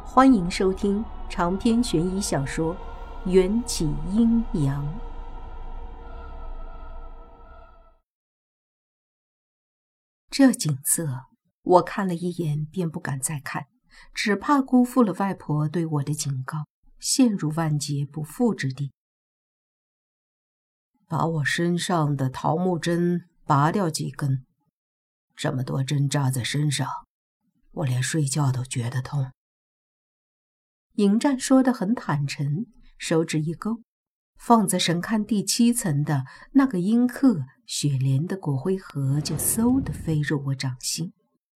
欢迎收听长篇悬疑小说《缘起阴阳》。这景色我看了一眼便不敢再看，只怕辜负了外婆对我的警告，陷入万劫不复之地。把我身上的桃木针拔掉几根，这么多针扎在身上，我连睡觉都觉得痛。迎战说得很坦诚，手指一勾，放在神龛第7层的那个阴刻雪莲的骨灰盒就嗖地飞入我掌心。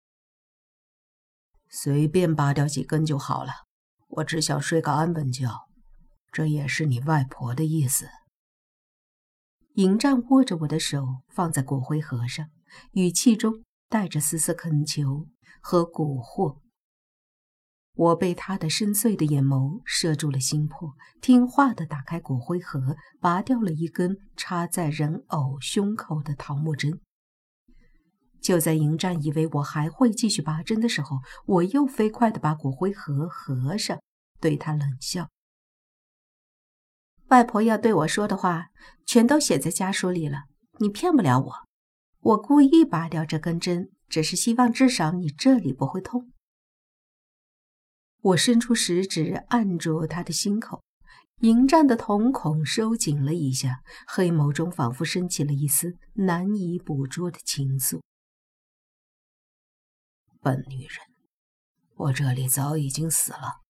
随便拔掉几根就好了，我只想睡个安稳觉，这也是你外婆的意思。迎战握着我的手放在骨灰盒上，语气中带着丝丝恳求和蛊惑。我被他的深邃的眼眸射住了心魄，听话地打开骨灰盒，拔掉了一根插在人偶胸口的桃木针。就在迎战以为我还会继续拔针的时候，我又飞快地把骨灰盒合上，对他冷笑。外婆要对我说的话全都写在家书里了，你骗不了我。我故意拔掉这根针，只是希望至少你这里不会痛。我伸出食指按住他的心口，迎战的瞳孔收紧了一下，黑眸中仿佛升起了一丝难以捕捉的情愫。笨女人，我这里早已经死了。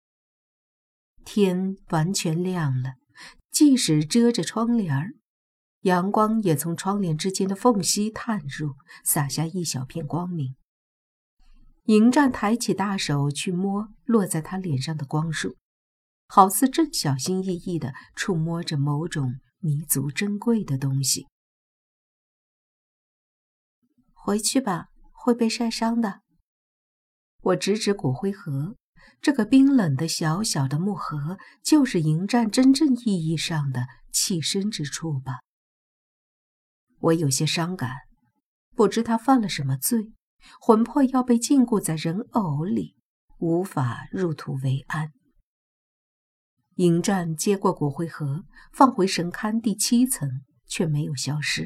天完全亮了，即使遮着窗帘，阳光也从窗帘之间的缝隙探入，洒下一小片光明。迎战抬起大手去摸落在他脸上的光束，好似正小心翼翼地触摸着某种弥足珍贵的东西。回去吧，会被晒伤的。我指指骨灰盒，这个冰冷的小小的木盒，就是迎战真正意义上的栖身之处吧。我有些伤感，不知他犯了什么罪，魂魄要被禁锢在人偶里，无法入土为安。迎战接过骨灰盒，放回神龛第7层，却没有消失。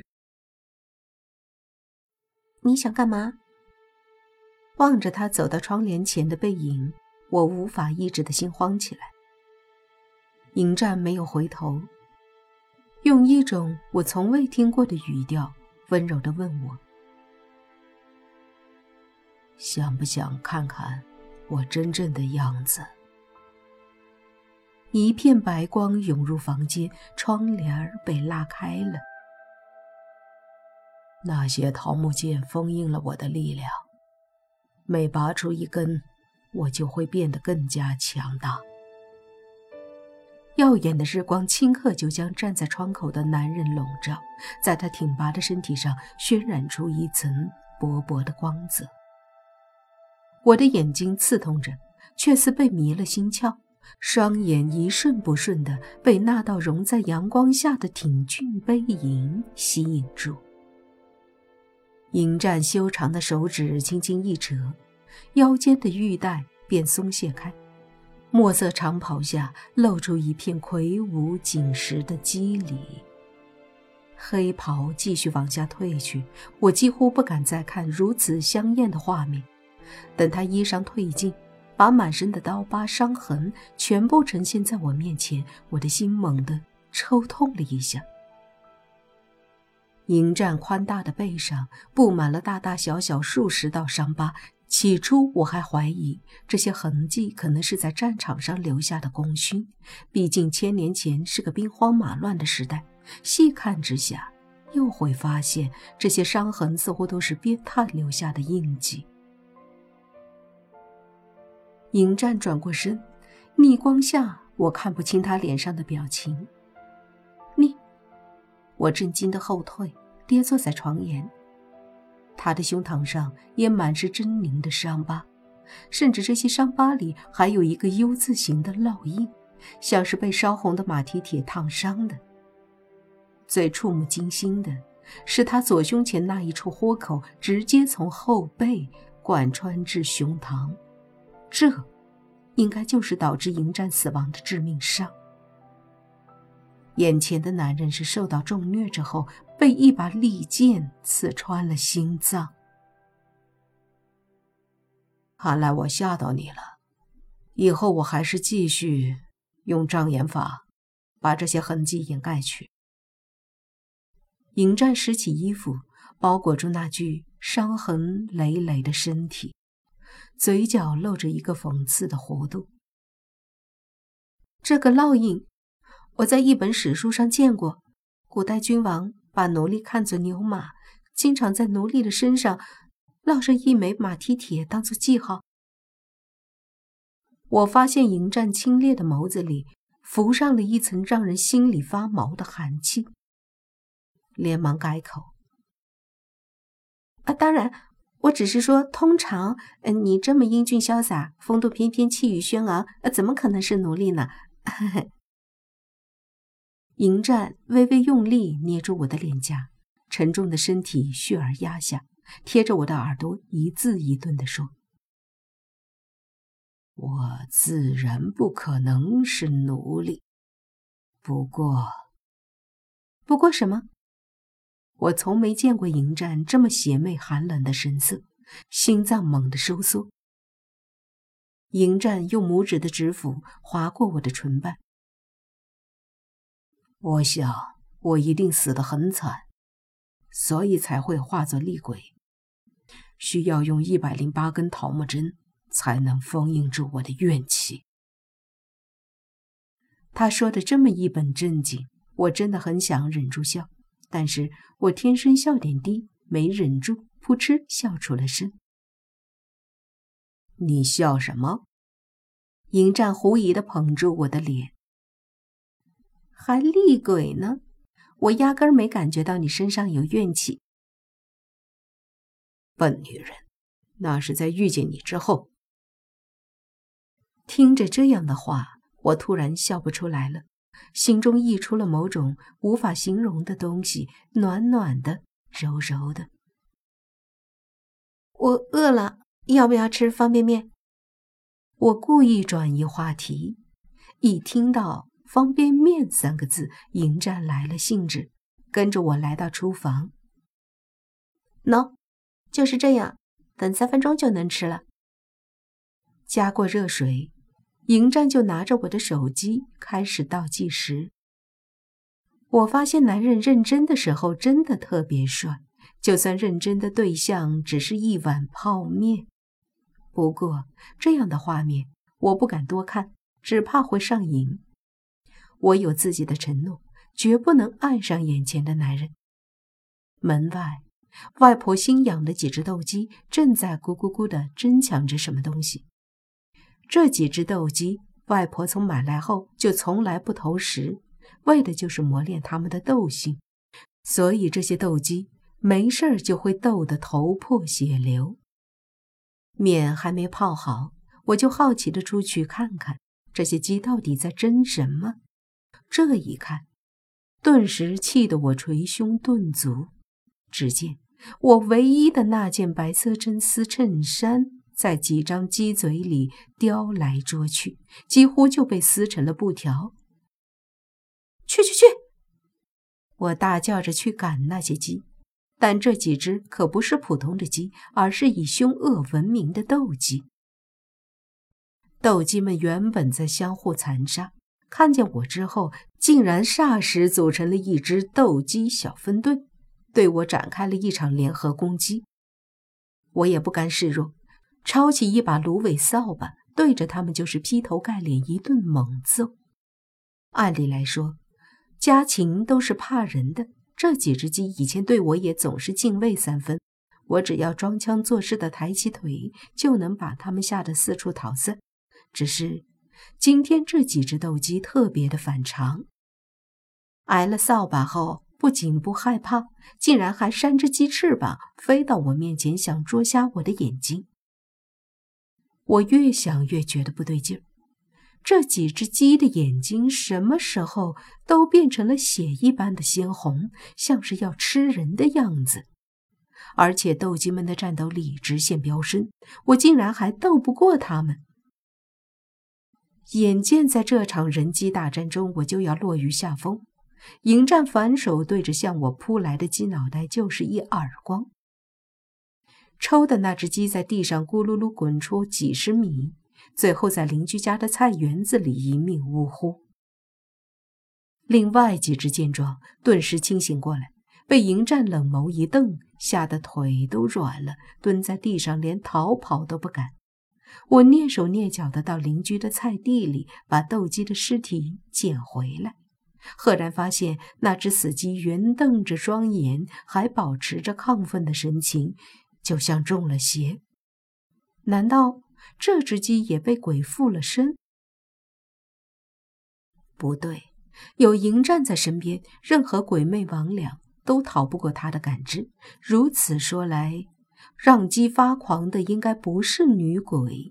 你想干嘛？望着他走到窗帘前的背影，我无法抑制的心慌起来。迎战没有回头，用一种我从未听过的语调温柔地问我，想不想看看我真正的样子？一片白光涌入房间，窗帘被拉开了。那些桃木剑封印了我的力量，每拔出一根，我就会变得更加强大。耀眼的日光顷刻就将站在窗口的男人笼罩，在他挺拔的身体上渲染出一层薄薄的光泽。我的眼睛刺痛着，却似被迷了心窍，双眼一瞬不瞬地被那道融在阳光下的挺俊背影吸引住。迎战修长的手指轻轻一折，腰间的玉带便松懈开，墨色长袍下露出一片魁梧紧实的肌理。黑袍继续往下退去，我几乎不敢再看如此香艳的画面。等他衣裳褪尽，把满身的刀疤伤痕全部呈现在我面前，我的心猛地抽痛了一下。迎战宽大的背上布满了大大小小数十道伤疤，起初我还怀疑这些痕迹可能是在战场上留下的功勋，毕竟1000年前是个兵荒马乱的时代。细看之下，又会发现这些伤痕似乎都是鞭挞留下的印记。迎战转过身，逆光下我看不清他脸上的表情。我震惊的后退，跌坐在床沿。他的胸膛上也满是狰狞的伤疤，甚至这些伤疤里还有一个 U 字形的烙印，像是被烧红的马蹄铁烫伤的。最触目惊心的是他左胸前那一处豁口直接从后背贯穿至胸膛，这应该就是导致迎战死亡的致命伤。眼前的男人是受到重虐之后，被一把利剑刺穿了心脏。看来我吓到你了，以后我还是继续用障眼法把这些痕迹掩盖去。迎战拾起衣服，包裹住那具伤痕累累的身体，嘴角露着一个讽刺的弧度。这个烙印我在一本史书上见过，古代君王把奴隶看作牛马，经常在奴隶的身上烙上一枚马蹄铁当作记号。我发现迎战清冽的眸子里浮上了一层让人心里发毛的寒气，连忙改口：当然，我只是说通常，你这么英俊潇洒，风度翩翩，气宇轩昂，怎么可能是奴隶呢？迎战微微用力捏住我的脸颊，沉重的身体蓄而压下，贴着我的耳朵一字一顿地说：我自然不可能是奴隶，不过什么？我从没见过迎战这么邪魅寒冷的神色，心脏猛地收缩。迎战用拇指的指腹划过我的唇瓣。我想我一定死得很惨，所以才会化作厉鬼，需要用108根桃木针才能封印住我的怨气。他说的这么一本正经，我真的很想忍住笑，但是我天生笑点低，没忍住，扑哧笑出了声。你笑什么？迎战狐疑地捧住我的脸。还厉鬼呢？我压根儿没感觉到你身上有怨气。笨女人，那是在遇见你之后。听着这样的话，我突然笑不出来了，心中溢出了某种无法形容的东西，暖暖的，柔柔的。我饿了，要不要吃方便面？我故意转移话题，一听到方便面3个字，迎战来了兴致，跟着我来到厨房。喏，就是这样，等3分钟就能吃了。加过热水，迎战就拿着我的手机开始倒计时。我发现男人认真的时候真的特别帅，就算认真的对象只是一碗泡面。不过这样的画面我不敢多看，只怕会上瘾。我有自己的承诺，绝不能爱上眼前的男人。门外，外婆新养的几只斗鸡正在咕咕咕地争抢着什么东西。这几只斗鸡，外婆从买来后就从来不投食，为的就是磨练它们的斗性。所以这些斗鸡没事儿就会斗得头破血流。面还没泡好，我就好奇地出去看看这些鸡到底在争什么。这一看，顿时气得我捶胸顿足。只见我唯一的那件白色真丝衬衫在几张鸡嘴里叼来捉去，几乎就被撕成了布条。去！我大叫着去赶那些鸡，但这几只可不是普通的鸡，而是以凶恶闻名的斗鸡。斗鸡们原本在相互残杀，看见我之后，竟然霎时组成了一支斗鸡小分队，对我展开了一场联合攻击。我也不甘示弱，抄起一把芦苇扫把，对着他们就是劈头盖脸一顿猛揍。按理来说，家禽都是怕人的，这几只鸡以前对我也总是敬畏3分，我只要装腔作势地抬起腿，就能把它们吓得四处逃散。只是今天这几只斗鸡特别的反常，挨了扫把后，不仅不害怕，竟然还扇着鸡翅膀飞到我面前，想捉瞎我的眼睛。我越想越觉得不对劲儿，这几只鸡的眼睛什么时候都变成了血一般的鲜红，像是要吃人的样子。而且斗鸡们的战斗力直线飙升，我竟然还斗不过他们。 眼见在这场人机大战中，我就要落于下风，迎战反手对着向我扑来的鸡脑袋就是一耳光，抽的那只鸡在地上咕噜噜滚出几十米，最后在邻居家的菜园子里一命呜呼。另外几只见状，顿时清醒过来，被迎战冷眸一瞪，吓得腿都软了，蹲在地上连逃跑都不敢。我蹑手蹑脚地到邻居的菜地里，把斗鸡的尸体捡回来，赫然发现那只死鸡圆瞪着双眼，还保持着亢奋的神情，就像中了邪。难道这只鸡也被鬼附了身？不对，有迎战在身边，任何鬼魅魍魉都逃不过他的感知。如此说来，让鸡发狂的应该不是女鬼。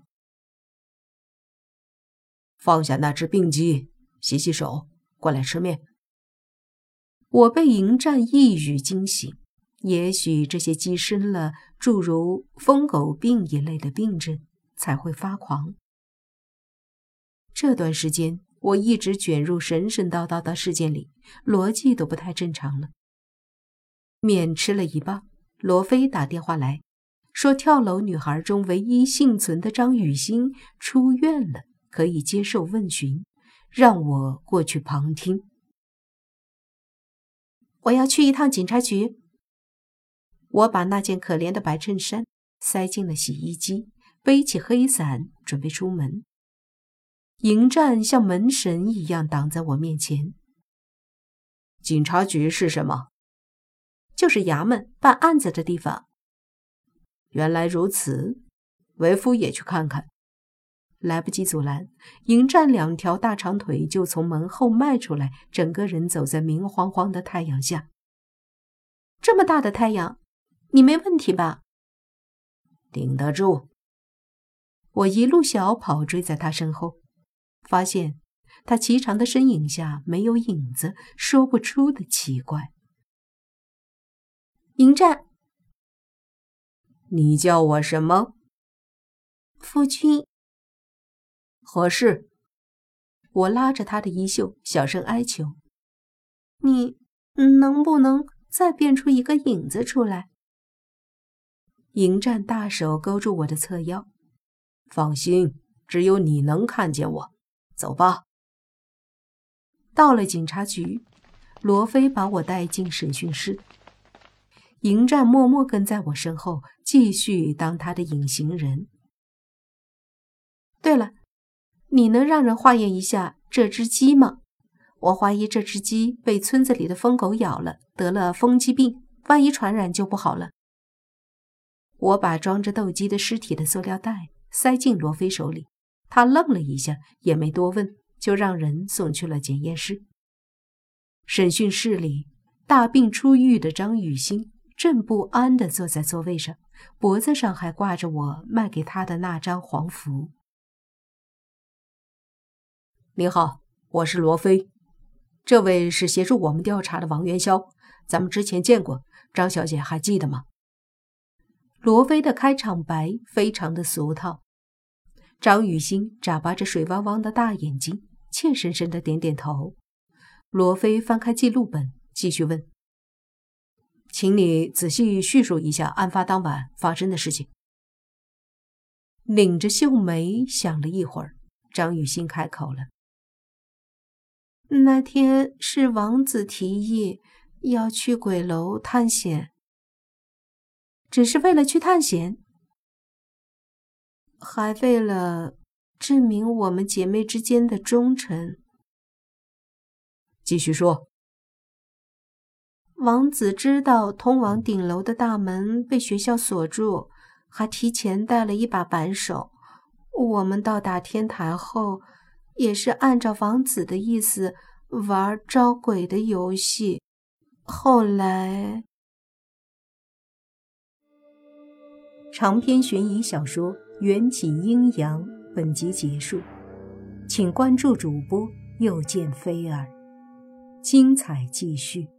放下那只病鸡，洗洗手，过来吃面。 我被迎战一语惊醒，也许这些鸡生了诸如疯狗病一类的病症，才会发狂。这段时间我一直卷入神神叨叨的事件里，逻辑都不太正常了。面吃了一半，罗非打电话来，说跳楼女孩中唯一幸存的张雨欣出院了，可以接受问询，让我过去旁听。我要去一趟警察局。我把那件可怜的白衬衫塞进了洗衣机，背起黑伞准备出门。迎战像门神一样挡在我面前。 警察局是什么？ 就是衙门办案子的地方。 原来如此，为夫也去看看。 来不及阻拦，迎战两条大长腿就从门后迈出来，整个人走在明晃晃的太阳下。这么大的太阳，你没问题吧？ 顶得住。 我一路小跑追在他身后，发现他颀长的身影下没有影子，说不出的奇怪。迎战， 你叫我什么？ 夫君。 何事？ 我拉着他的衣袖，小声哀求：“你能不能再变出一个影子出来？”迎战大手勾住我的侧腰：“ 放心，只有你能看见我。走吧。” 到了警察局，罗非把我带进审讯室。迎战默默跟在我身后，继续当他的隐形人。对了，你能让人化验一下这只鸡吗？我怀疑这只鸡被村子里的疯狗咬了，得了疯鸡病，万一传染就不好了。我把装着斗鸡的尸体的塑料袋塞进罗非手里，他愣了一下，也没多问，就让人送去了检验室。审讯室里，大病初愈的张雨欣正不安地坐在座位上，脖子上还挂着我卖给他的那张黄符。 你好，我是罗非，这位是协助我们调查的王元宵，咱们之前见过，张小姐还记得吗？ 罗非的开场白非常的俗套。张雨欣眨巴着水汪汪的大眼睛，怯生生的点点头。罗非翻开记录本，继续问：“ 请你仔细叙述一下案发当晚发生的事情。” 拧着秀眉想了一会儿，张雨欣开口了：“那天是王子提议要去鬼楼探险。”只是为了去探险，还为了证明我们姐妹之间的忠诚。 继续说。 王子知道通往顶楼的大门被学校锁住，还提前带了一把扳手。我们到达天台后，也是按照王子的意思玩招鬼的游戏。后来，长篇悬疑小说《缘起阴阳》本集结束，请关注主播又见菲儿，精彩继续。